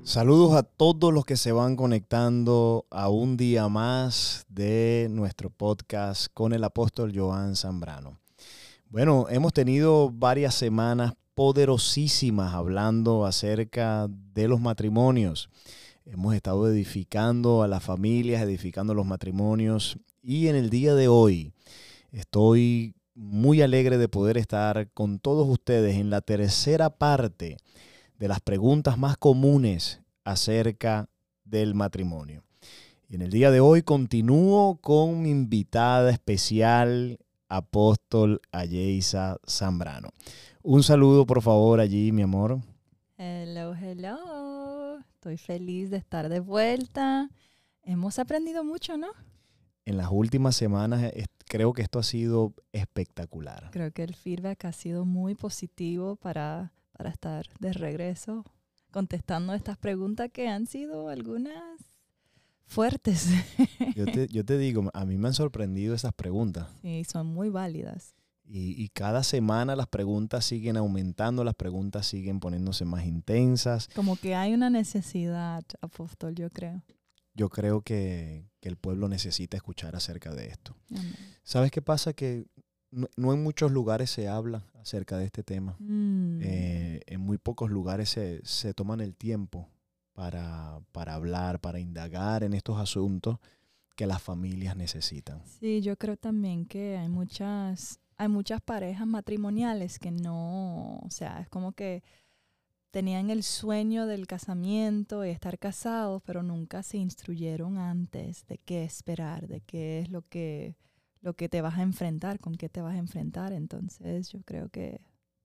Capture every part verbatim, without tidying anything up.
Saludos a todos los que se van conectando a un día más de nuestro podcast con el apóstol Joan Zambrano. Bueno, hemos tenido varias semanas poderosísimas hablando acerca de los matrimonios. Hemos estado edificando a las familias, edificando los matrimonios, y en el día de hoy estoy muy alegre de poder estar con todos ustedes en la tercera parte de las preguntas más comunes acerca del matrimonio. Y en el día de hoy continúo con mi invitada especial, apóstol Ayeisa Zambrano. Un saludo, por favor, allí, mi amor. Hello, hello. Estoy feliz de estar de vuelta. Hemos aprendido mucho, ¿no? En las últimas semanas es, creo que esto ha sido espectacular. Creo que el feedback ha sido muy positivo para, para estar de regreso contestando estas preguntas que han sido algunas fuertes. Yo te, yo te digo, a mí me han sorprendido esas preguntas. Sí, son muy válidas. Y, y cada semana las preguntas siguen aumentando, las preguntas siguen poniéndose más intensas. Como que hay una necesidad, apóstol, yo creo. Yo creo que, que el pueblo necesita escuchar acerca de esto. Amén. ¿Sabes qué pasa? Que no, no en muchos lugares se habla acerca de este tema. Mm. Eh, en muy pocos lugares se, se toman el tiempo para, para hablar, para indagar en estos asuntos que las familias necesitan. Sí, yo creo también que hay muchas, hay muchas parejas matrimoniales que no, o sea, es como que tenían el sueño del casamiento y estar casados, pero nunca se instruyeron antes de qué esperar, de qué es lo que, lo que te vas a enfrentar, con qué te vas a enfrentar. Entonces yo creo que,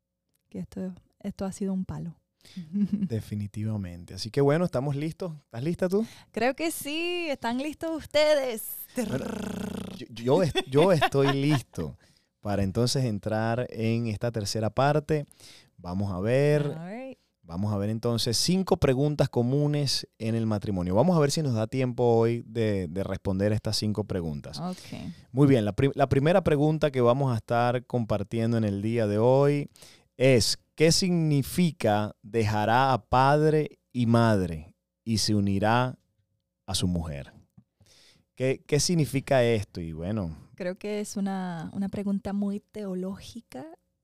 que esto, esto ha sido un palo. Definitivamente. Así que bueno, ¿estamos listos? ¿Estás lista tú? Creo que sí. ¿Están listos ustedes? Bueno, yo, yo, est- yo estoy listo para entonces entrar en esta tercera parte. Vamos a ver, All right. vamos a ver entonces cinco preguntas comunes en el matrimonio. Vamos a ver si nos da tiempo hoy de, de responder estas cinco preguntas. Okay. Muy bien, la, pri- la primera pregunta que vamos a estar compartiendo en el día de hoy es: ¿qué significa dejará a padre y madre y se unirá a su mujer? ¿Qué, qué significa esto? Y bueno, Creo que es una, una pregunta muy teológica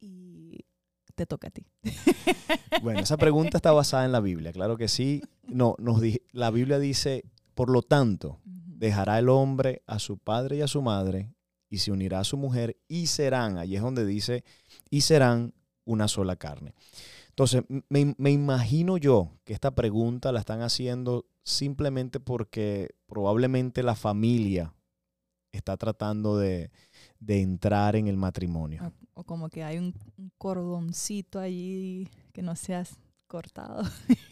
y te toca a ti. bueno, esa pregunta está basada en la Biblia, claro que sí. No, nos di- la Biblia dice, por lo tanto, dejará el hombre a su padre y a su madre y se unirá a su mujer y serán, allí es donde dice, y serán una sola carne. Entonces, me, me imagino yo que esta pregunta la están haciendo simplemente porque probablemente la familia está tratando de, de entrar en el matrimonio. O, o como que hay un, un cordoncito allí que no se ha cortado.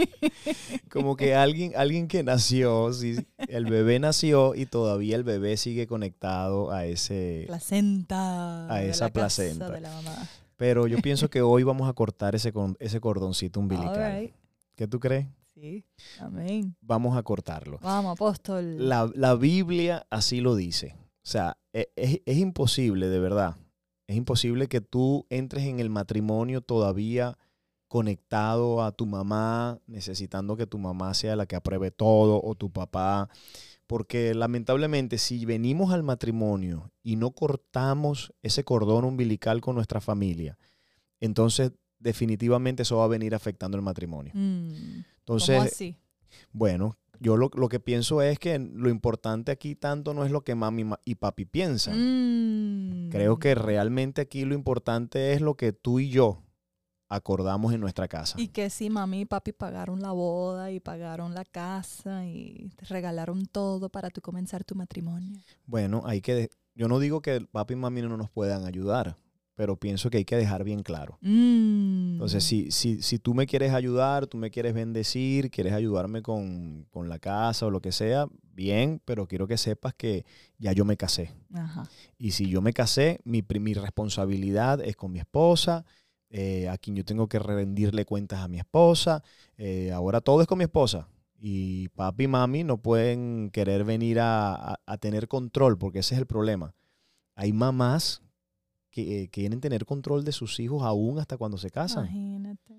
Como que alguien, alguien que nació, sí, el bebé nació y todavía el bebé sigue conectado a ese, Placenta. a de esa la casa placenta. de la mamá. Pero yo pienso que hoy vamos a cortar ese, con- ese cordoncito umbilical. All right. ¿Qué tú crees? Sí. Amén. Vamos a cortarlo. Vamos, apóstol. La, la Biblia así lo dice. O sea, e- es, es imposible, de verdad. Es imposible que tú entres en el matrimonio todavía conectado a tu mamá, necesitando que tu mamá sea la que apruebe todo, o tu papá. Porque lamentablemente, si venimos al matrimonio y no cortamos ese cordón umbilical con nuestra familia, entonces definitivamente eso va a venir afectando el matrimonio. Mm, Entonces, ¿cómo así? bueno, yo lo, lo que pienso es que lo importante aquí tanto no es lo que mami ma- y papi piensan. Mm. Creo que realmente aquí lo importante es lo que tú y yo acordamos en nuestra casa. Y que si mami y papi pagaron la boda y pagaron la casa y te regalaron todo para tú comenzar tu matrimonio. Bueno, hay que, de- yo no digo que papi y mami no nos puedan ayudar, pero pienso que hay que dejar bien claro. Mm. Entonces, si, si, si tú me quieres ayudar, tú me quieres bendecir, quieres ayudarme con, con la casa o lo que sea, bien, pero quiero que sepas que ya yo me casé. Ajá. Y si yo me casé, mi, pri- mi responsabilidad es con mi esposa, eh, a quien yo tengo que rendirle cuentas a mi esposa. Eh, ahora todo es con mi esposa. Y papi y mami no pueden querer venir a, a, a tener control, porque ese es el problema. Hay mamás que eh, quieren tener control de sus hijos aún hasta cuando se casan. Imagínate.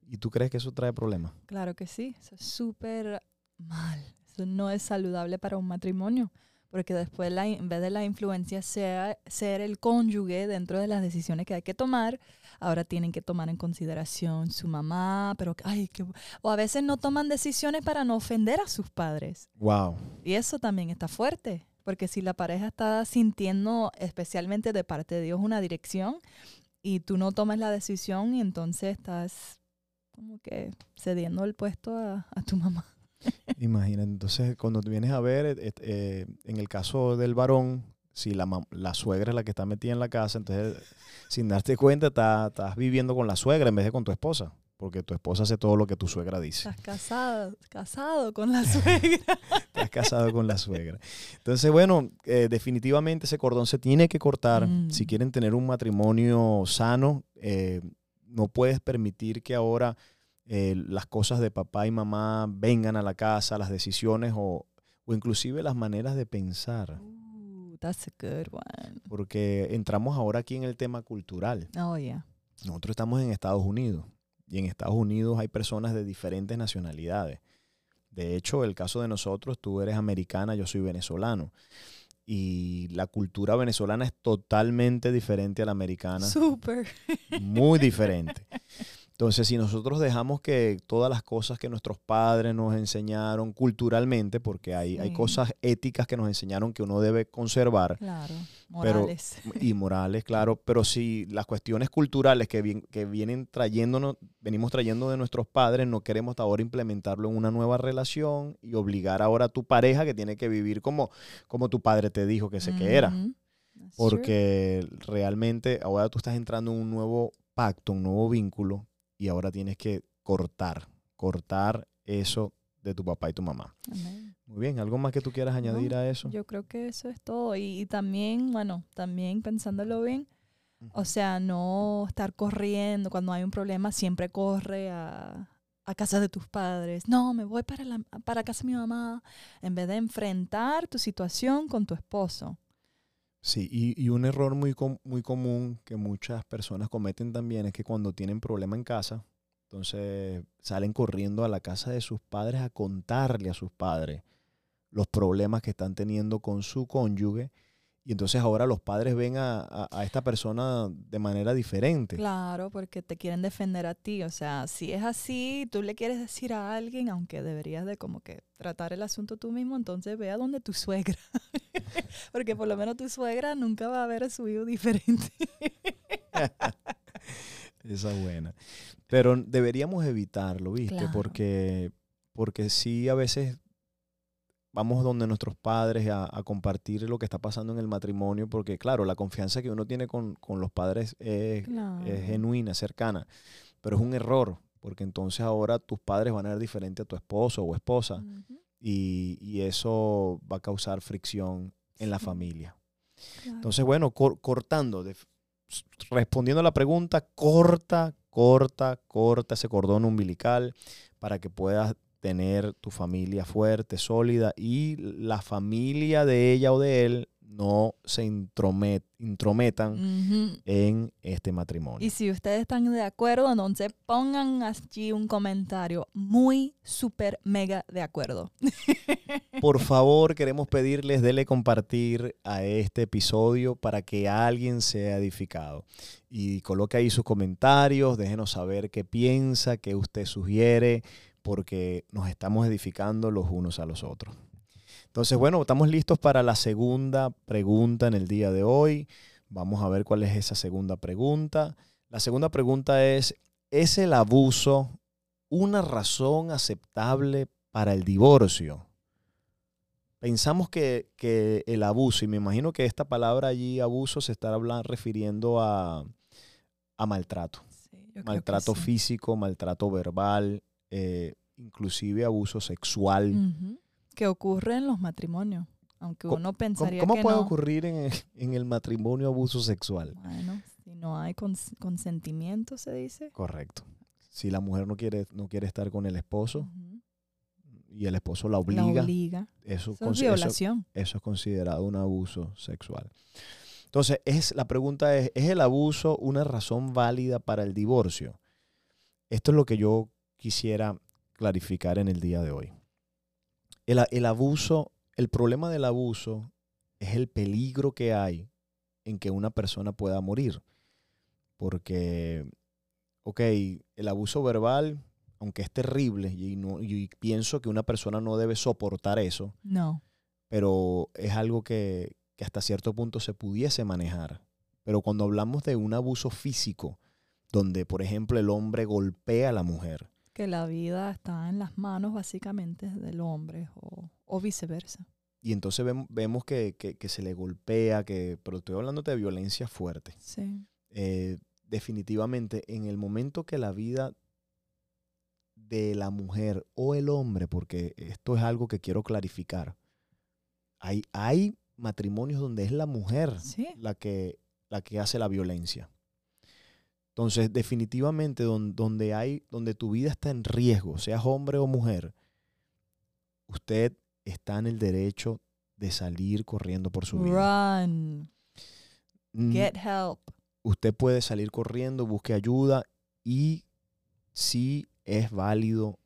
¿Y tú crees que eso trae problemas? Claro que sí, eso es súper mal. Eso no es saludable para un matrimonio, porque después la, en vez de la influencia sea ser el cónyuge dentro de las decisiones que hay que tomar, ahora tienen que tomar en consideración su mamá, pero ay, que, o a veces no toman decisiones para no ofender a sus padres. Wow. Y eso también está fuerte, porque si la pareja está sintiendo, especialmente de parte de Dios, una dirección, y tú no tomas la decisión, y entonces estás como que cediendo el puesto a, a tu mamá. Imagínate, entonces cuando tú vienes a ver, eh, eh, en el caso del varón, si la, la suegra es la que está metida en la casa, entonces sin darte cuenta estás, estás viviendo con la suegra en vez de con tu esposa, porque tu esposa hace todo lo que tu suegra dice. Estás casado, casado con la suegra. Estás casado con la suegra. Entonces, bueno, eh, definitivamente ese cordón se tiene que cortar. Mm. Si quieren tener un matrimonio sano, eh, no puedes permitir que ahora eh, las cosas de papá y mamá vengan a la casa, las decisiones o, o inclusive las maneras de pensar. Ooh, that's a good one. Porque entramos ahora aquí en el tema cultural. Oh, yeah. Nosotros estamos en Estados Unidos y en Estados Unidos hay personas de diferentes nacionalidades. De hecho, el caso de nosotros, tú eres americana, yo soy venezolano. Y la cultura venezolana es totalmente diferente a la americana. Súper. Muy diferente. Entonces, si nosotros dejamos que todas las cosas que nuestros padres nos enseñaron culturalmente, porque hay, sí. hay cosas éticas que nos enseñaron que uno debe conservar. Claro, morales. Pero, y morales, claro. Pero si las cuestiones culturales que, bien, que vienen trayéndonos, venimos trayendo de nuestros padres, no queremos ahora implementarlo en una nueva relación y obligar ahora a tu pareja que tiene que vivir como, como tu padre te dijo que se mm-hmm. que era. That's porque true. Realmente ahora tú estás entrando en un nuevo pacto, un nuevo vínculo. Y ahora tienes que cortar, cortar eso de tu papá y tu mamá. Amén. Muy bien, ¿algo más que tú quieras añadir no, a eso? Yo creo que eso es todo. Y, y también, bueno, también pensándolo bien, uh-huh. o sea, no estar corriendo cuando hay un problema, siempre corre a, a casa de tus padres. No, me voy para, la, para casa de mi mamá, en vez de enfrentar tu situación con tu esposo. Sí, y, y un error muy, com muy común que muchas personas cometen también es que cuando tienen problema en casa, entonces salen corriendo a la casa de sus padres a contarle a sus padres los problemas que están teniendo con su cónyuge. Y entonces ahora los padres ven a, a, a esta persona de manera diferente. Claro, porque te quieren defender a ti. O sea, si es así, tú le quieres decir a alguien, aunque deberías de como que tratar el asunto tú mismo, entonces ve a donde tu suegra. Porque por lo menos tu suegra nunca va a ver a su hijo diferente. Esa es buena. Pero deberíamos evitarlo, ¿viste? Claro. Porque, porque sí a veces vamos donde nuestros padres a, a compartir lo que está pasando en el matrimonio, porque claro, la confianza que uno tiene con, con los padres es, claro. es genuina, cercana, pero es un error, porque entonces ahora tus padres van a ver diferente a tu esposo o esposa, uh-huh. y, y eso va a causar fricción en sí. la familia. Claro. Entonces, bueno, cor cortando, de, respondiendo a la pregunta, corta, corta, corta ese cordón umbilical para que puedas tener tu familia fuerte, sólida, y la familia de ella o de él no se intromet, intrometan uh-huh. en este matrimonio. Y si ustedes están de acuerdo, entonces pongan allí un comentario muy, súper, mega de acuerdo. Por favor, queremos pedirles, denle compartir a este episodio para que alguien sea edificado. Y coloque ahí sus comentarios, déjenos saber qué piensa, qué usted sugiere, porque nos estamos edificando los unos a los otros. Entonces, bueno, estamos listos para la segunda pregunta en el día de hoy. Vamos a ver cuál es esa segunda pregunta. La segunda pregunta es, ¿es el abuso una razón aceptable para el divorcio? Pensamos que, que el abuso, y me imagino que esta palabra allí, abuso, se estará hablando, refiriendo a, a maltrato. Sí, yo maltrato creo que sí. físico, maltrato verbal, Eh, inclusive abuso sexual. Uh-huh. Que ocurre en los matrimonios, aunque uno pensaría ¿Cómo, cómo que puede no. ocurrir en el, en el matrimonio abuso sexual? Bueno, si no hay cons consentimiento, se dice. Correcto. Si la mujer no quiere, no quiere estar con el esposo, uh-huh. y el esposo la obliga, la obliga. Eso, eso es violación. Eso, eso es considerado un abuso sexual. Entonces, es, la pregunta es, ¿es el abuso una razón válida para el divorcio? esto es lo que yo quisiera clarificar en el día de hoy. El, el abuso, el problema del abuso es el peligro que hay en que una persona pueda morir. Porque, ok, el abuso verbal, aunque es terrible, y, no, y pienso que una persona no debe soportar eso, No. pero es algo que, que hasta cierto punto se pudiese manejar. Pero cuando hablamos de un abuso físico, donde, por ejemplo, el hombre golpea a la mujer. Que la vida está en las manos, básicamente, del hombre, o, o viceversa. Y entonces vemos, vemos que, que, que se le golpea, que, pero estoy hablando de violencia fuerte. Sí. Eh, definitivamente, en el momento que la vida de la mujer o el hombre, porque esto es algo que quiero clarificar, hay, hay matrimonios donde es la mujer Sí. la que, la que hace la violencia. Entonces, definitivamente, donde, donde, hay, donde tu vida está en riesgo, seas hombre o mujer, usted está en el derecho de salir corriendo por su vida. Run. Mm, Get help. Usted puede salir corriendo, busque ayuda y sí es válido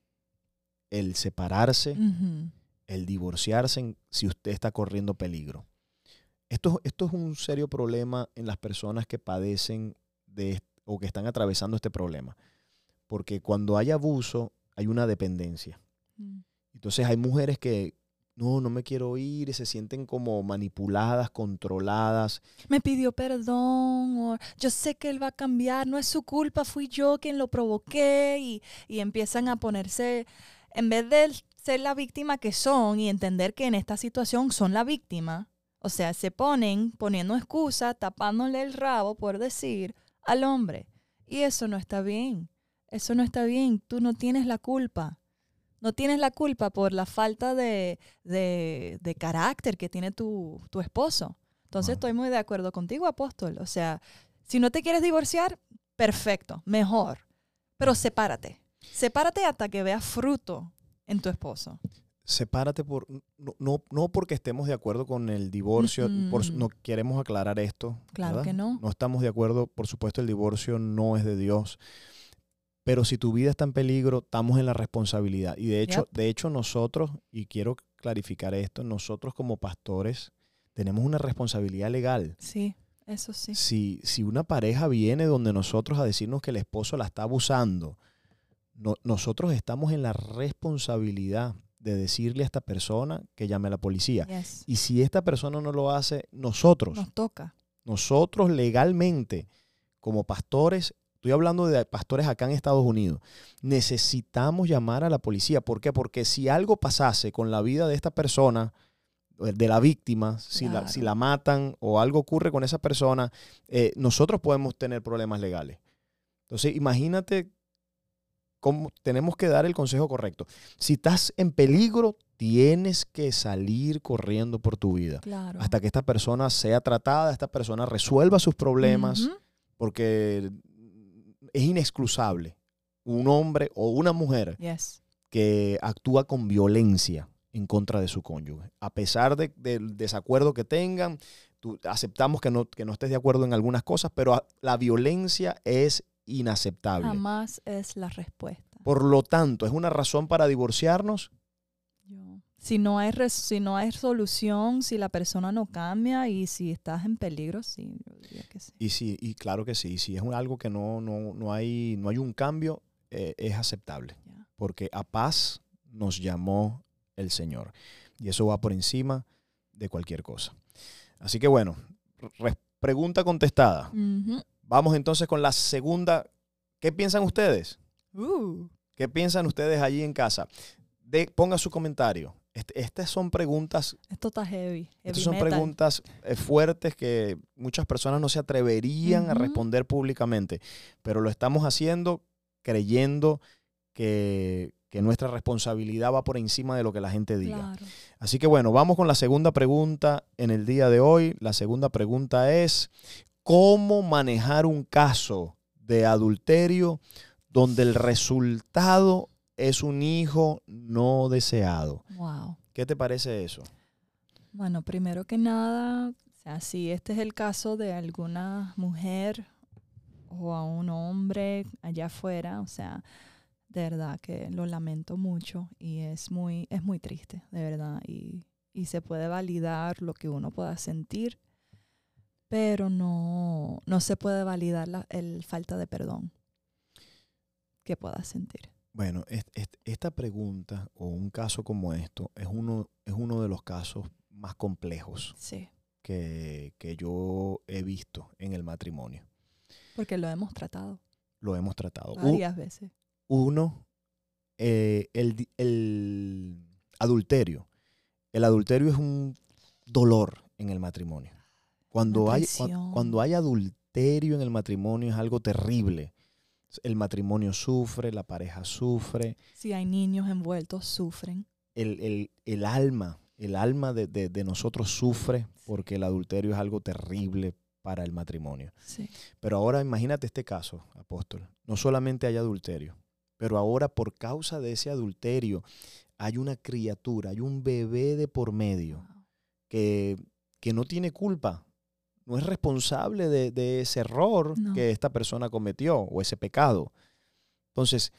el separarse, Uh-huh. el divorciarse en- si usted está corriendo peligro. Esto, esto es un serio problema en las personas que padecen de est- o que están atravesando este problema. Porque cuando hay abuso, hay una dependencia. Mm. Entonces hay mujeres que, no, no me quiero ir, y se sienten como manipuladas, controladas. Me pidió perdón, o yo sé que él va a cambiar, no es su culpa, fui yo quien lo provoqué, y, y empiezan a ponerse, en vez de ser la víctima que son y entender que en esta situación son la víctima, o sea, se ponen poniendo excusa, tapándole el rabo, por decir, al hombre. Y eso no está bien, eso no está bien, tú no tienes la culpa. No tienes la culpa por la falta de, de, de carácter que tiene tu, tu esposo. Entonces Wow. estoy muy de acuerdo contigo, Apóstol. O sea, si no te quieres divorciar, perfecto, mejor. Pero sepárate. Sepárate hasta que veas fruto en tu esposo. Sepárate por, no, no, no porque estemos de acuerdo con el divorcio, Mm-mm. por, no queremos aclarar esto. Claro ¿verdad? que no. No estamos de acuerdo, por supuesto el divorcio no es de Dios. Pero si tu vida está en peligro, estamos en la responsabilidad. Y de hecho, Yep. de hecho nosotros, y quiero clarificar esto, nosotros como pastores tenemos una responsabilidad legal. Sí, eso sí. Si, si una pareja viene donde nosotros a decirnos que el esposo la está abusando, no, nosotros estamos en la responsabilidad de decirle a esta persona que llame a la policía. Yes. Y si esta persona no lo hace, nosotros, Nos toca. nosotros legalmente, como pastores, estoy hablando de pastores acá en Estados Unidos, necesitamos llamar a la policía. ¿Por qué? Porque si algo pasase con la vida de esta persona, de la víctima, si, Claro. la, si la matan o algo ocurre con esa persona, eh, nosotros podemos tener problemas legales. Entonces, imagínate cómo tenemos que dar el consejo correcto. Si estás en peligro, tienes que salir corriendo por tu vida. Claro. Hasta que esta persona sea tratada, esta persona resuelva sus problemas, Ujú. porque es inexcusable un hombre o una mujer Yes. que actúa con violencia en contra de su cónyuge. A pesar de, del desacuerdo que tengan, tú, aceptamos que no, que no estés de acuerdo en algunas cosas, pero a, la violencia es inaceptable. Jamás es la respuesta. Por lo tanto, ¿es una razón para divorciarnos? Yo- Si no hay res- si no hay solución, si la persona no cambia y si estás en peligro, sí, yo diría que sí. Y sí, y claro que sí. Si es un- algo que no, no, no, hay, no hay un cambio, eh, es aceptable. Ya. Porque a paz nos llamó el Señor. Y eso va por encima de cualquier cosa. Así que bueno, re- pregunta contestada. Ujú. Vamos entonces con la segunda. ¿Qué piensan ustedes? Uh, ¿Qué piensan ustedes allí en casa? De, ponga su comentario. Este- estas son preguntas, esto está heavy. heavy estas son metal. preguntas eh, fuertes que muchas personas no se atreverían a Ujú. responder públicamente, pero lo estamos haciendo creyendo que, que nuestra responsabilidad va por encima de lo que la gente diga. Claro. Así que bueno, vamos con la segunda pregunta en el día de hoy. La segunda pregunta es, ¿cómo manejar un caso de adulterio donde el resultado es un hijo no deseado? Wow. ¿Qué te parece eso? Bueno, primero que nada, o sea, si este es el caso de alguna mujer o a un hombre allá afuera, o sea, de verdad que lo lamento mucho y es muy, es muy triste, de verdad. Y, y se puede validar lo que uno pueda sentir, pero no, no se puede validar la el falta de perdón que pueda sentir. Bueno, es- es- esta pregunta o un caso como esto es uno, es uno de los casos más complejos Sí, que, que yo he visto en el matrimonio. porque lo hemos tratado Lo hemos tratado. U- varias veces. uno, eh, el, di- el adulterio. El adulterio es un dolor en el matrimonio. Cuando Una hay, cua- traición. cuando hay adulterio en el matrimonio es algo terrible. El matrimonio sufre, la pareja sufre, Si hay niños envueltos, sufren. el, el- el alma, el alma de, de- de nosotros sufre porque el adulterio es algo terrible para el matrimonio. Sí. Pero ahora imagínate este caso, apóstol. No solamente hay adulterio, pero ahora por causa de ese adulterio hay una criatura, hay un bebé de por medio Wow. que, que no tiene culpa, no es responsable de, de ese error No. que esta persona cometió o ese pecado. Entonces,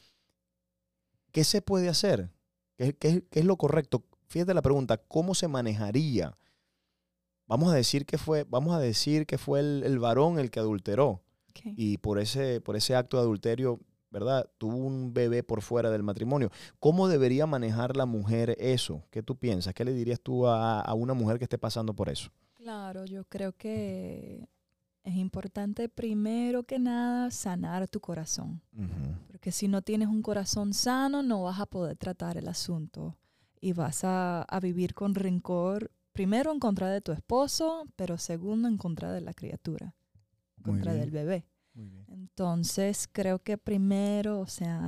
¿qué se puede hacer? ¿Qué, qué- qué es lo correcto? Fíjate la pregunta, ¿cómo se manejaría? Vamos a decir que fue, vamos a decir que fue el, el varón el que adulteró Okay. y por ese, por ese acto de adulterio, ¿verdad? Tuvo un bebé por fuera del matrimonio. ¿Cómo debería manejar la mujer eso? ¿Qué tú piensas? ¿Qué le dirías tú a, a una mujer que esté pasando por eso? Claro, yo creo que es importante primero que nada sanar tu corazón. Ujú. Porque si no tienes un corazón sano, no vas a poder tratar el asunto. Y vas a, a vivir con rencor, primero en contra de tu esposo, pero segundo en contra de la criatura, en Muy contra bien. del bebé. Muy bien. Entonces, creo que primero, o sea,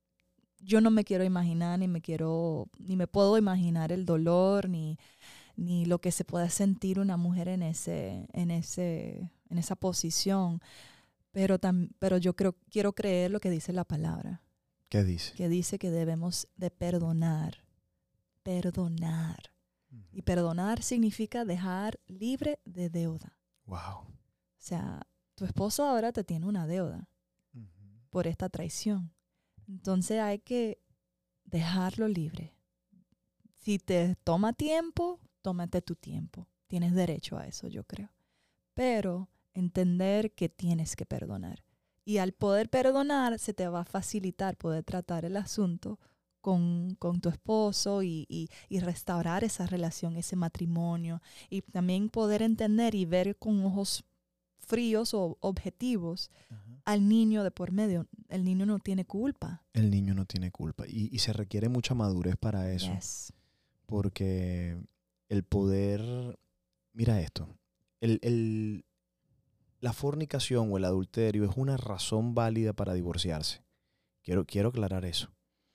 yo no me quiero imaginar, ni me quiero, ni me puedo imaginar el dolor, ni, ni lo que se puede sentir una mujer en ese, en ese, en esa posición. Pero, tam, pero yo creo, quiero creer lo que dice la palabra, ¿Qué dice? que dice que debemos de perdonar, perdonar. Y perdonar significa dejar libre de deuda. Wow. O sea, tu esposo ahora te tiene una deuda por esta traición. Entonces hay que dejarlo libre. Si te toma tiempo, tómate tu tiempo. Tienes derecho a eso, yo creo. Pero entender que tienes que perdonar. Y al poder perdonar, se te va a facilitar poder tratar el asunto con, con tu esposo y, y, y restaurar esa relación, ese matrimonio. Y también poder entender y ver con ojos fríos o objetivos Ajá. al niño de por medio. El niño no tiene culpa. El niño no tiene culpa y, y se requiere mucha madurez para eso, Yes. porque el poder, mira esto, el, el- la fornicación o el adulterio es una razón válida para divorciarse. Quiero, quiero aclarar eso.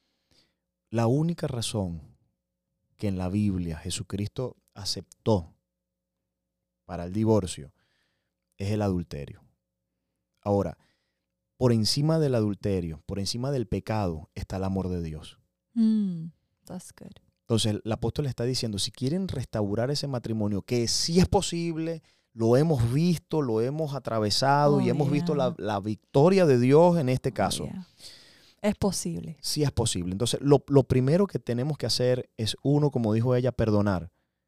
La única razón que en la Biblia Jesucristo aceptó para el divorcio es el adulterio. Ahora, por encima del adulterio, por encima del pecado, está el amor de Dios. Mm, that's good. Entonces, el apóstol está diciendo, si quieren restaurar ese matrimonio, que sí es posible, lo hemos visto, lo hemos atravesado Oh, y hemos yeah. visto la, la victoria de Dios en este Oh, caso. yeah. Es posible. Sí es posible. Entonces, lo, lo primero que tenemos que hacer es, uno, como dijo ella, perdonar.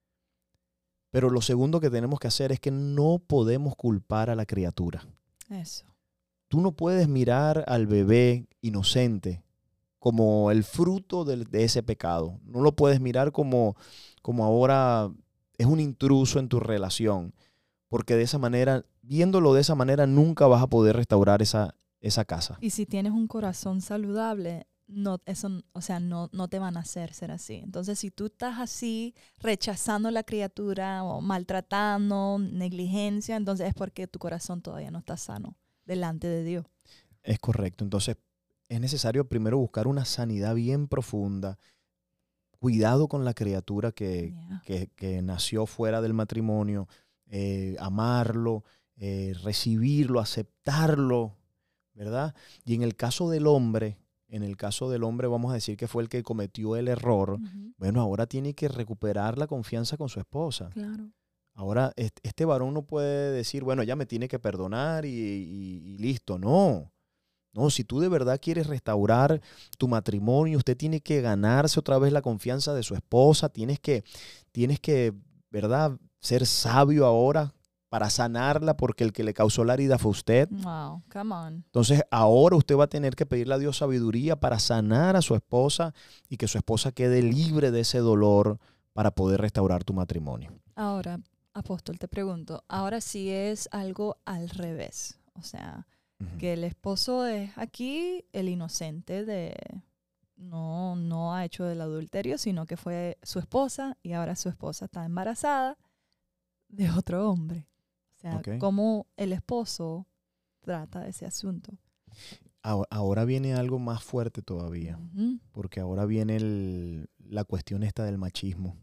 Pero lo segundo que tenemos que hacer es que no podemos culpar a la criatura. Eso. Tú no puedes mirar al bebé inocente como el fruto de, de ese pecado. No lo puedes mirar como, como ahora es un intruso en tu relación. Porque de esa manera, viéndolo de esa manera, nunca vas a poder restaurar esa, esa casa. Y si tienes un corazón saludable, no, eso, o sea, no, no te van a hacer ser así. Entonces, si tú estás así, rechazando a la criatura o maltratando, negligencia, entonces es porque tu corazón todavía no está sano delante de Dios. Es correcto. Entonces, es necesario primero buscar una sanidad bien profunda. Cuidado con la criatura que, Yeah. que, que nació fuera del matrimonio. Eh, amarlo, eh, recibirlo, aceptarlo, ¿verdad? Y en el caso del hombre, en el caso del hombre vamos a decir que fue el que cometió el error. Ujú. Bueno, ahora tiene que recuperar la confianza con su esposa. Claro. Ahora, este varón no puede decir, bueno, ella me tiene que perdonar y, y, y listo. No, no, si tú de verdad quieres restaurar tu matrimonio, usted tiene que ganarse otra vez la confianza de su esposa, tienes que, tienes que, ¿verdad?, ser sabio ahora para sanarla, porque el que le causó la herida fue usted. Wow, come on. Entonces, ahora usted va a tener que pedirle a Dios sabiduría para sanar a su esposa y que su esposa quede libre de ese dolor para poder restaurar tu matrimonio. Ahora, Apóstol, te pregunto, ahora sí es algo al revés. O sea, uh-huh. que el esposo es aquí el inocente de... No, no ha hecho del adulterio, sino que fue su esposa y ahora su esposa está embarazada de otro hombre. O sea, okay. ¿cómo el esposo trata ese asunto? Ahora viene algo más fuerte todavía, uh-huh. porque ahora viene el, la cuestión esta del machismo.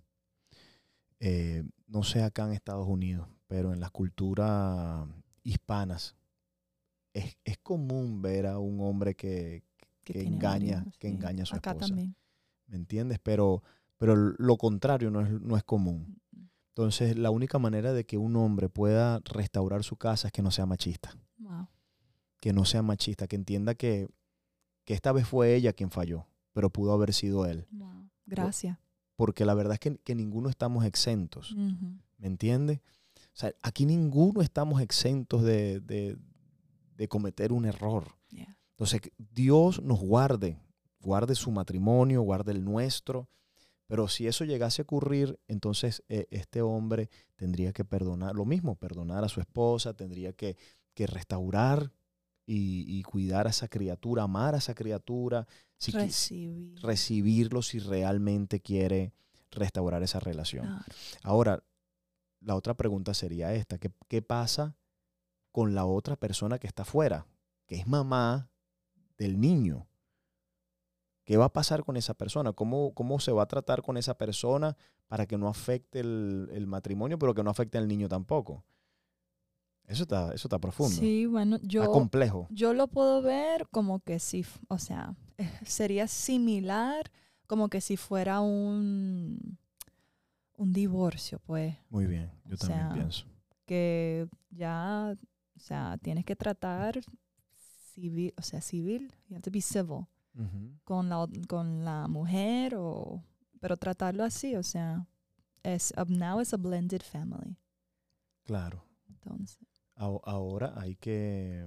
Eh, no sé acá en Estados Unidos, pero en las culturas hispanas es, es común ver a un hombre que, que, que engaña, marido, que sí. engaña a su acá esposa. También. ¿Me entiendes? Pero, pero lo contrario no es, no es común. Entonces, la única manera de que un hombre pueda restaurar su casa es que no sea machista. Wow. Que no sea machista, que entienda que, que esta vez fue ella quien falló, pero pudo haber sido él. Wow. Gracias. Porque la verdad es que, que ninguno estamos exentos. Uh-huh. ¿Me entiendes? O sea, aquí ninguno estamos exentos de, de, de cometer un error. Yeah. Entonces, Dios nos guarde, guarde su matrimonio, guarde el nuestro. Pero si eso llegase a ocurrir, entonces eh, este hombre tendría que perdonar, lo mismo, perdonar a su esposa, tendría que, que restaurar y, y cuidar a esa criatura, amar a esa criatura, si Recibir. que, recibirlo si realmente quiere restaurar esa relación. Claro. Ahora, la otra pregunta sería esta, ¿qué, qué pasa con la otra persona que está afuera, que es mamá del niño? ¿Qué va a pasar con esa persona? ¿Cómo, cómo se va a tratar con esa persona para que no afecte el, el matrimonio, pero que no afecte al niño tampoco? Eso está, eso está profundo. Sí, bueno, yo, está complejo. Yo lo puedo ver como que si, o sea, sería similar como que si fuera un, un divorcio, pues. Muy bien, yo o también sea, pienso. Que ya, o sea, tienes que tratar civil, o sea, civil, you have to be civil. Uh-huh. con la con la mujer o pero tratarlo así, o sea, es now it's a blended family. Claro. Entonces, ahora hay que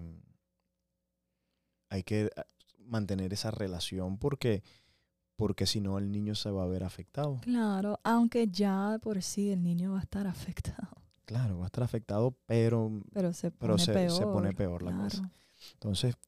hay que mantener esa relación porque porque si no el niño se va a ver afectado. Claro, aunque ya por sí el niño va a estar afectado. Claro, va a estar afectado, pero pero se pone pero se, peor. se pone peor la claro. cosa. Entonces,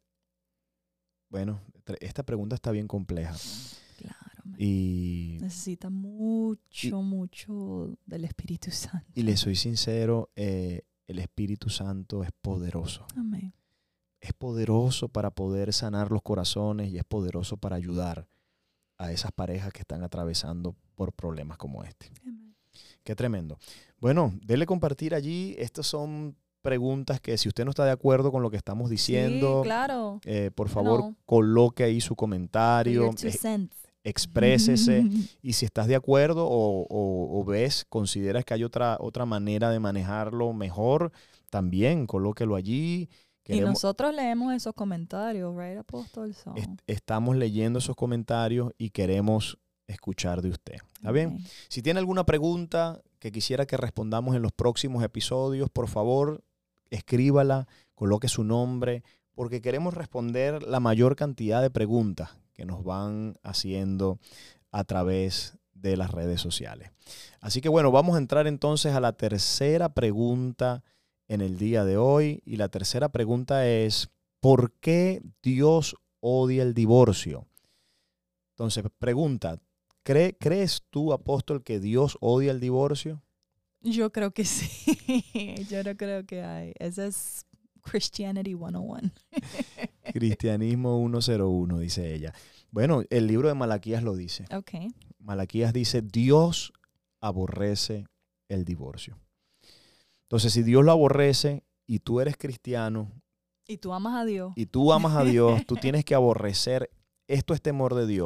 bueno, esta pregunta está bien compleja. Claro. Y necesita mucho, y, mucho del Espíritu Santo. Y le soy sincero, eh, el Espíritu Santo es poderoso. Amén. Es poderoso para poder sanar los corazones y es poderoso para ayudar a esas parejas que están atravesando por problemas como este. Amén. Qué tremendo. Bueno, dele compartir allí. Estas son preguntas que si usted no está de acuerdo con lo que estamos diciendo, sí, claro. eh, por favor, no. coloque ahí su comentario, eh, exprésese y si estás de acuerdo o, o, o ves, consideras que hay otra, otra manera de manejarlo mejor, también colóquelo allí. Queremos, y nosotros leemos esos comentarios, right, Apóstol? So. Est estamos leyendo esos comentarios y queremos escuchar de usted. ¿Está bien? Okay. Si tiene alguna pregunta que quisiera que respondamos en los próximos episodios, por favor, escríbala, coloque su nombre, porque queremos responder la mayor cantidad de preguntas que nos van haciendo a través de las redes sociales. Así que bueno, vamos a entrar entonces a la tercera pregunta en el día de hoy. Y la tercera pregunta es, ¿por qué Dios odia el divorcio? Entonces, pregunta, ¿cree, ¿crees tú, apóstol, que Dios odia el divorcio? Yo creo que sí. Yo no creo que hay. Ese es Christianity ciento uno. Cristianismo ciento uno, dice ella. Bueno, el libro de Malaquías lo dice. Okay. Malaquías dice, Dios aborrece el divorcio. Entonces, si Dios lo aborrece y tú eres cristiano. Y tú amas a Dios. Y tú amas a Dios, tú tienes que aborrecer. Esto es temor de Dios.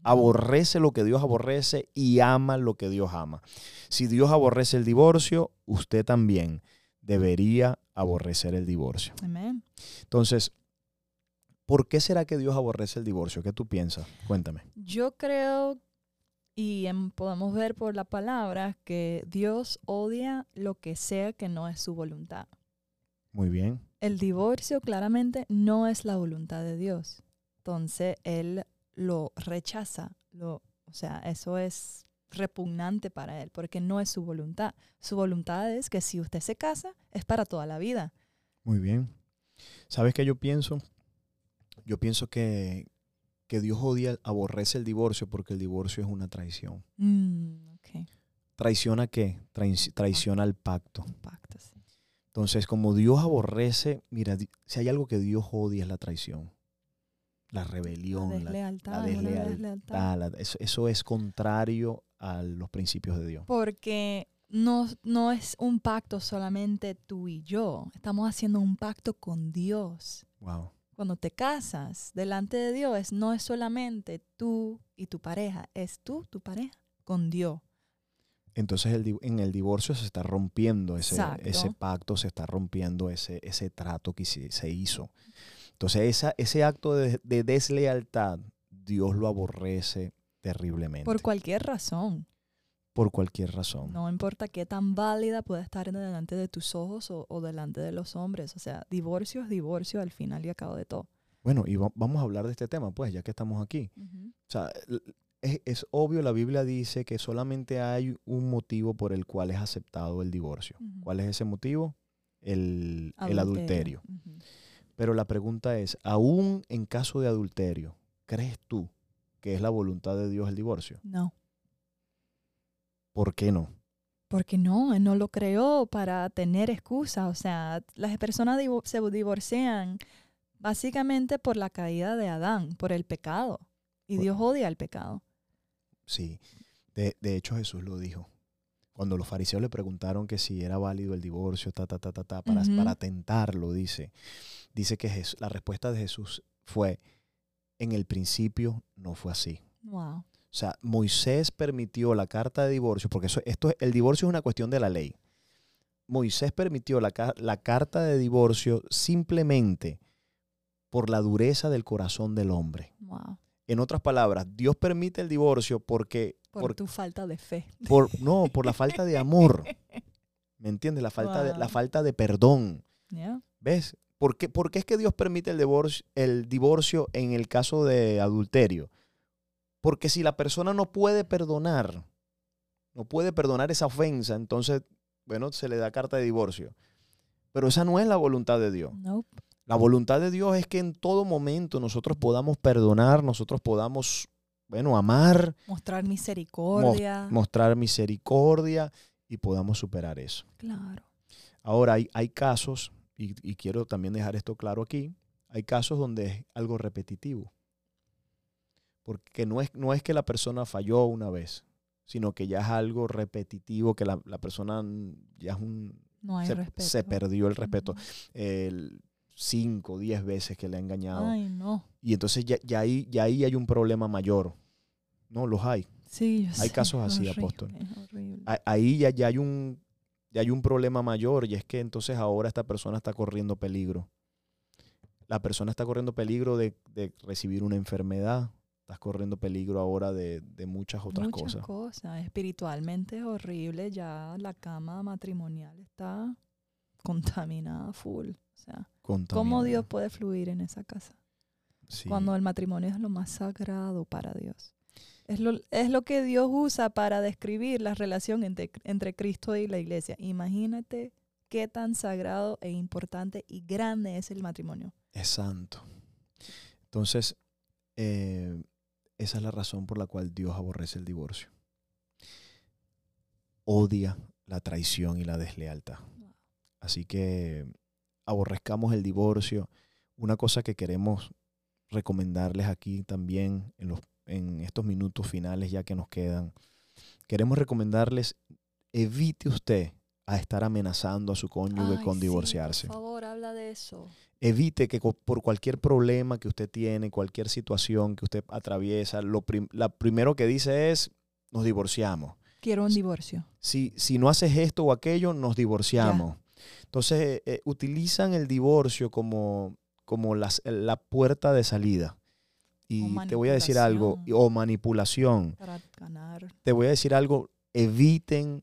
Aborrece lo que Dios aborrece y ama lo que Dios ama. Si Dios aborrece el divorcio, usted también debería aborrecer el divorcio. Amén. Entonces, ¿por qué será que Dios aborrece el divorcio? ¿Qué tú piensas? Cuéntame. Yo creo, y em, podemos ver por la palabra, que Dios odia lo que sea que no es su voluntad. Muy bien. El divorcio claramente no es la voluntad de Dios. Entonces, Él lo rechaza. Lo, o sea, eso es repugnante para Él porque no es su voluntad. Su voluntad es que si usted se casa, es para toda la vida. Muy bien. ¿Sabes qué yo pienso? Yo pienso que, que Dios odia, aborrece el divorcio porque el divorcio es una traición. Mm, ok. ¿Traiciona qué? Trai- traiciona el pacto. Un pacto, sí. Entonces, como Dios aborrece, mira, di- si hay algo que Dios odia es la traición, la rebelión, La la, deslealtad. la una deslealtad. deslealtad. la- eso, eso es contrario a los principios de Dios. Porque no, no es un pacto solamente tú y yo. Estamos haciendo un pacto con Dios. Wow. Cuando te casas delante de Dios, no es solamente tú y tu pareja, es tú, tu pareja, con Dios. Entonces el, di- en el divorcio se está rompiendo ese, Exacto. ese pacto, se está rompiendo ese, ese trato que se, se hizo. Entonces esa, ese acto de, de deslealtad, Dios lo aborrece terriblemente. Por cualquier razón. Por cualquier razón. No importa qué tan válida pueda estar delante de tus ojos o, o delante de los hombres. O sea, divorcio es divorcio al final y al cabo de todo. Bueno, y va- vamos a hablar de este tema, pues, ya que estamos aquí. Uh-huh. O sea, l- es, es obvio, la Biblia dice que solamente hay un motivo por el cual es aceptado el divorcio. Uh-huh. ¿Cuál es ese motivo? El, el adulterio. Uh-huh. Pero la pregunta es, aún en caso de adulterio, ¿crees tú que es la voluntad de Dios el divorcio? No. ¿Por qué no? Porque no, Él no lo creó para tener excusa. O sea, las personas divo- se divorcian básicamente por la caída de Adán, por el pecado. Y Dios odia el pecado. Sí, de, de hecho Jesús lo dijo. Cuando los fariseos le preguntaron que si era válido el divorcio, ta, ta, ta, ta, ta, para, Ujú. para tentarlo, dice. Dice que Jes- la respuesta de Jesús fue, en el principio no fue así. Wow. O sea, Moisés permitió la carta de divorcio, porque eso, esto, el divorcio es una cuestión de la ley. Moisés permitió la, ca- la carta de divorcio simplemente por la dureza del corazón del hombre. Wow. En otras palabras, Dios permite el divorcio porque, Por, por, tu falta de fe. por- no, por la falta de amor. ¿Me entiendes? La falta, de, la Wow. falta de perdón. Yeah. ¿Ves? ¿Por qué, por qué es que Dios permite el divorcio, el divorcio en el caso de adulterio? Porque si la persona no puede perdonar, no puede perdonar esa ofensa, entonces, bueno, se le da carta de divorcio. Pero esa no es la voluntad de Dios. Nope. La voluntad de Dios es que en todo momento nosotros podamos perdonar, nosotros podamos, bueno, amar, Mostrar misericordia. mostrar misericordia y podamos superar eso. Claro. Ahora, hay, hay casos, y, y quiero también dejar esto claro aquí, hay casos donde es algo repetitivo. Porque no es, no es que la persona falló una vez, sino que ya es algo repetitivo, que la, la persona ya es un, No hay se, respeto. se perdió el respeto. Ujú. El cinco, diez veces que le ha engañado. Ay, no. Y entonces ya, ya, ahí, ya ahí hay un problema mayor. No, los hay. Sí, yo Hay sé, casos así, horrible, apóstol. horrible. A- Ahí ya, ya, hay un, ya hay un problema mayor y es que entonces ahora esta persona está corriendo peligro. La persona está corriendo peligro de, de recibir una enfermedad. Estás corriendo peligro ahora de, de muchas otras Muchas cosas. cosas. Espiritualmente es horrible. Ya la cama matrimonial está contaminada full. O sea, ¿cómo Contaminada. Dios puede fluir en esa casa? Sí. Cuando el matrimonio es lo más sagrado para Dios. Es lo, es lo que Dios usa para describir la relación entre, entre Cristo y la iglesia. Imagínate qué tan sagrado e importante y grande es el matrimonio. Es santo. Entonces, eh, esa es la razón por la cual Dios aborrece el divorcio. Odia la traición y la deslealtad. Wow. Así que aborrezcamos el divorcio. Una cosa que queremos recomendarles aquí también en, los, en estos minutos finales ya que nos quedan, queremos recomendarles, evite usted a estar amenazando a su cónyuge Ay, con sí, divorciarse. por favor, habla de eso. evite que co- por cualquier problema que usted tiene, cualquier situación que usted atraviesa, lo prim- la primero que dice es, nos divorciamos. Quiero un divorcio. Si, si no haces esto o aquello, nos divorciamos. Entonces, eh, utilizan el divorcio como, como las- la puerta de salida. Y O te voy a decir algo, manipulación. o manipulación. Para ganar. Te voy a decir algo, eviten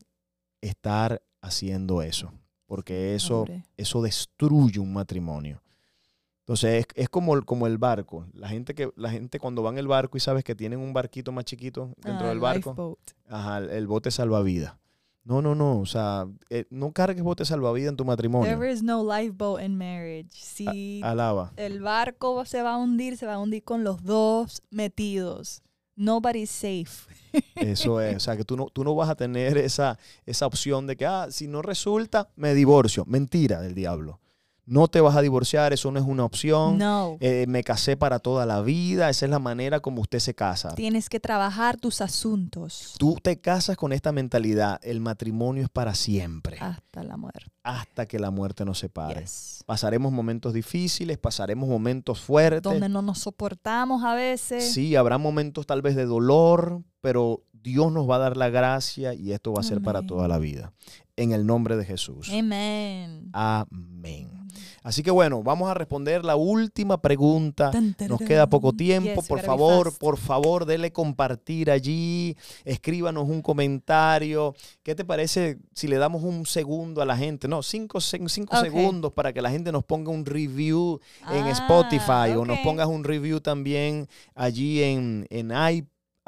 estar haciendo eso, porque eso, Hombre. eso destruye un matrimonio. Entonces, es, es como, el- como el barco. La gente, que, la gente cuando va en el barco y sabes que tienen un barquito más chiquito dentro Ah, del barco, lifeboat. ajá, el, el bote salvavidas. No, no, no. O sea, eh, no cargues bote salvavidas en tu matrimonio. There is no lifeboat in marriage. Si Alaba. el barco se va a hundir, se va a hundir con los dos metidos. Nobody's safe. Eso es. O sea, que tú no, tú no vas a tener esa, esa opción de que, ah, si no resulta, me divorcio. Mentira del diablo. No te vas a divorciar, eso no es una opción. No. Eh, me casé para toda la vida. Esa es la manera como usted se casa. Tienes que trabajar tus asuntos Tú te casas con esta mentalidad. El matrimonio es para siempre. hasta la muerte. Hasta que la muerte nos separe. Yes. Pasaremos momentos difíciles, pasaremos momentos fuertes. Donde no nos soportamos a veces. Sí, habrá momentos tal vez de dolor, pero Dios nos va a dar la gracia y esto va a ser para Amén. toda la vida. En el nombre de Jesús. Amen. Amén. Así que bueno, vamos a responder la última pregunta. Dun, dun, Ah, Nos dun. queda poco tiempo. Yes, Por we gotta be favor, fast. por favor, dele compartir allí. Escríbanos un comentario. ¿Qué te parece si le damos un segundo a la gente? No, cinco, cinco, cinco Ok. segundos para que la gente nos ponga un review en Ah, Spotify o nos ok. pongas un review también allí en, en i,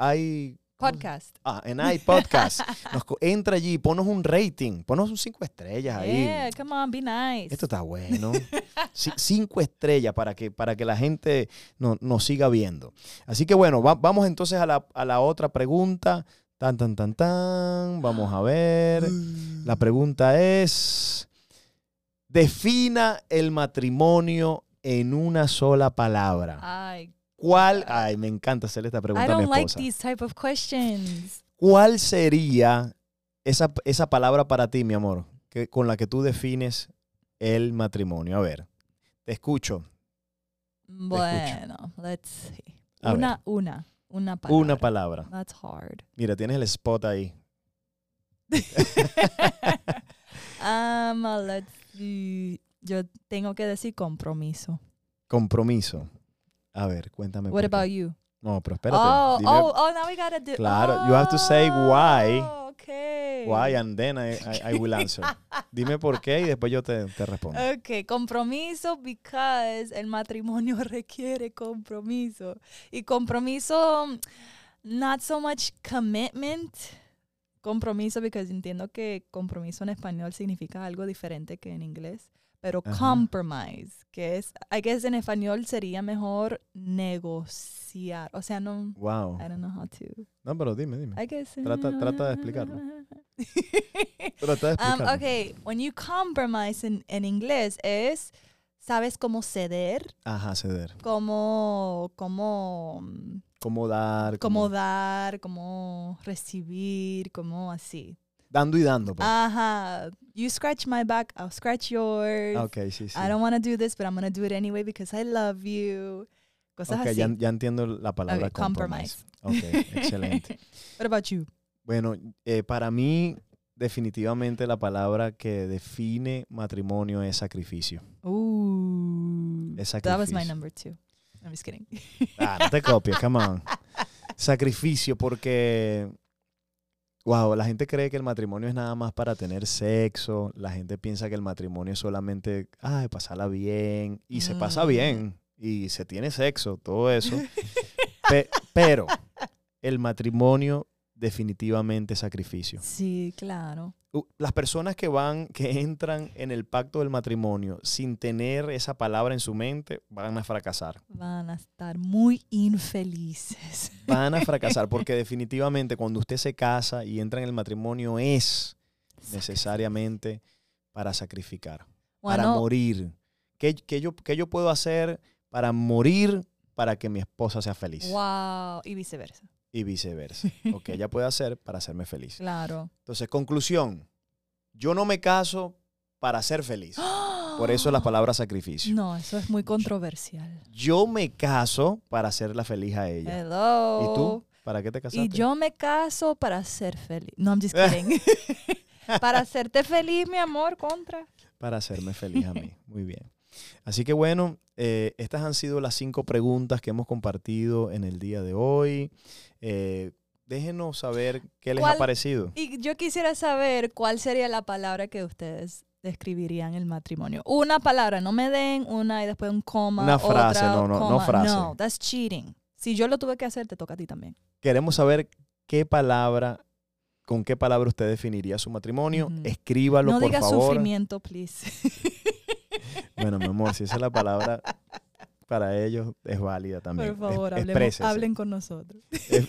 i- Podcast. ah, en iPodcast. Nos co- entra allí, ponos un rating, ponos un cinco estrellas ahí. Yeah, come on, be nice. Esto está bueno. Sí, cinco estrellas para que, para que la gente no- nos siga viendo. Así que bueno, va- vamos entonces a la, a la otra pregunta. Tan, tan, tan, tan. Vamos a ver. La pregunta es, defina el matrimonio en una sola palabra. Ay, ¿Cuál? Ay, me encanta hacerle esta I pregunta a mi don't like esposa. these type of questions. ¿Cuál sería esa, esa palabra para ti, mi amor, que, con la que tú defines el matrimonio? A ver, te escucho. Bueno, let's see. A Una, una, una palabra. Una palabra. That's hard. Mira, tienes el spot ahí. um, uh, let's see. Yo tengo que decir compromiso. Compromiso. A ver, cuéntame. What por qué. about you? No, pero espérate. Oh, dime oh, oh, now we gotta do. Claro, you have to say why. Oh, okay. why and then I, I, I will answer. Dime por qué y después yo te, te respondo. Ok, compromiso because el matrimonio requiere compromiso. Y compromiso, not so much commitment. Compromiso because entiendo que compromiso en español significa algo diferente que en inglés. Pero Ajá. compromise, que es, I guess en español sería mejor negociar. O sea, no, Wow. I don't know how to. No, pero dime, dime. I guess. Trata- trata de explicarlo. Trata de um, explicarlo. okay, when you compromise en, en inglés es, sabes cómo ceder, Ajá, ceder. cómo, cómo, Cómo dar. cómo dar, cómo recibir, cómo así. Dando y dando. Pues. Ajá. You scratch my back, I'll scratch yours. Ah, ok, sí, sí. I don't want to do this, but I'm going to do it anyway because I love you. Cosas Ok, así. ya, ya entiendo la palabra Ok, compromise. Ok, excelente. What about you? Bueno, eh, para mí definitivamente la palabra que define matrimonio es sacrificio. Ooh. Es That was my sacrificio. number two. I'm just kidding. Ah, no te copies, come on. Sacrificio porque, wow, la gente cree que el matrimonio es nada más para tener sexo. La gente piensa que el matrimonio es solamente, ay, pasarla bien. Y se pasa Mm. bien. Y se tiene sexo, todo eso. Pe- pero el matrimonio definitivamente es sacrificio. Sí, claro. U- Las personas que van, que entran en el pacto del matrimonio sin tener esa palabra en su mente, van a fracasar. Van a estar muy infelices. Van a fracasar porque definitivamente cuando usted se casa y entra en el matrimonio es necesariamente para sacrificar, para Bueno, morir. ¿Qué, qué yo, qué yo puedo hacer para morir para que mi esposa sea feliz? wow. Y viceversa. Y viceversa. O que ella puede hacer para hacerme feliz. Claro. Entonces, conclusión. Yo no me caso para ser feliz. Por eso la palabra sacrificio. No, eso es muy controversial. Yo me caso para hacerla feliz a ella. Hello. ¿Y tú? ¿Para qué te casaste? Y yo me caso para ser feliz. No, I'm just kidding. Para hacerte feliz, mi amor, contra. Para hacerme feliz a mí. Muy bien. Así que bueno, eh, estas han sido las cinco preguntas que hemos compartido en el día de hoy. Eh, déjenos saber qué les ha parecido. Y yo quisiera saber cuál sería la palabra que ustedes describirían el matrimonio. Una palabra, no me den una y después un coma. Una frase, otra, no, no, coma. no frase. No, that's cheating. Si yo lo tuve que hacer, te toca a ti también. Queremos saber qué palabra, con qué palabra usted definiría su matrimonio. Uh-huh. Escríbalo, no por favor. No diga sufrimiento, please. Bueno, mi amor, si esa es la palabra para ellos, es válida también. Por favor, es, hablemos, hablen con nosotros. Es,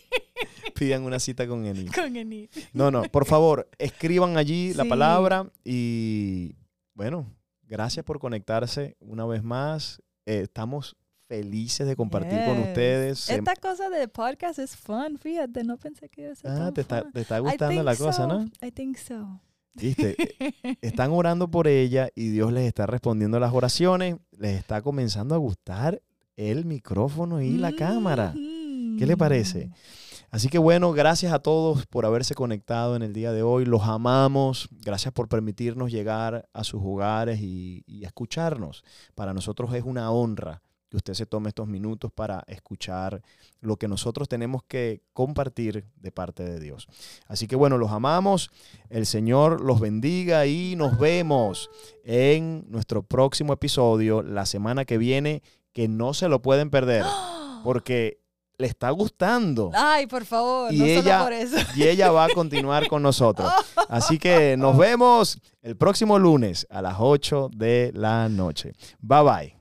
pidan una cita con Enid. Con Enid. No, no, por favor, escriban allí sí. la palabra y, bueno, gracias por conectarse una vez más. Eh, estamos felices de compartir yes. con ustedes. Esta cosa de podcast es fun, fíjate, no pensé que iba a ser ah, tan te está, fun. te está gustando la cosa, so. ¿no? I think so. ¿Viste? Están orando por ella y Dios les está respondiendo las oraciones. Les está comenzando a gustar el micrófono y la mm-hmm. cámara. ¿Qué le parece? Así que bueno, gracias a todos por haberse conectado en el día de hoy. Los amamos. Gracias por permitirnos llegar a sus hogares y, y escucharnos. Para nosotros es una honra que usted se tome estos minutos para escuchar lo que nosotros tenemos que compartir de parte de Dios. Así que bueno, los amamos, el Señor los bendiga y nos vemos en nuestro próximo episodio la semana que viene, que no se lo pueden perder, porque le está gustando. Ay, por favor, y no ella, solo por eso. Y ella va a continuar con nosotros. Así que nos vemos el próximo lunes a las ocho de la noche. Bye, bye.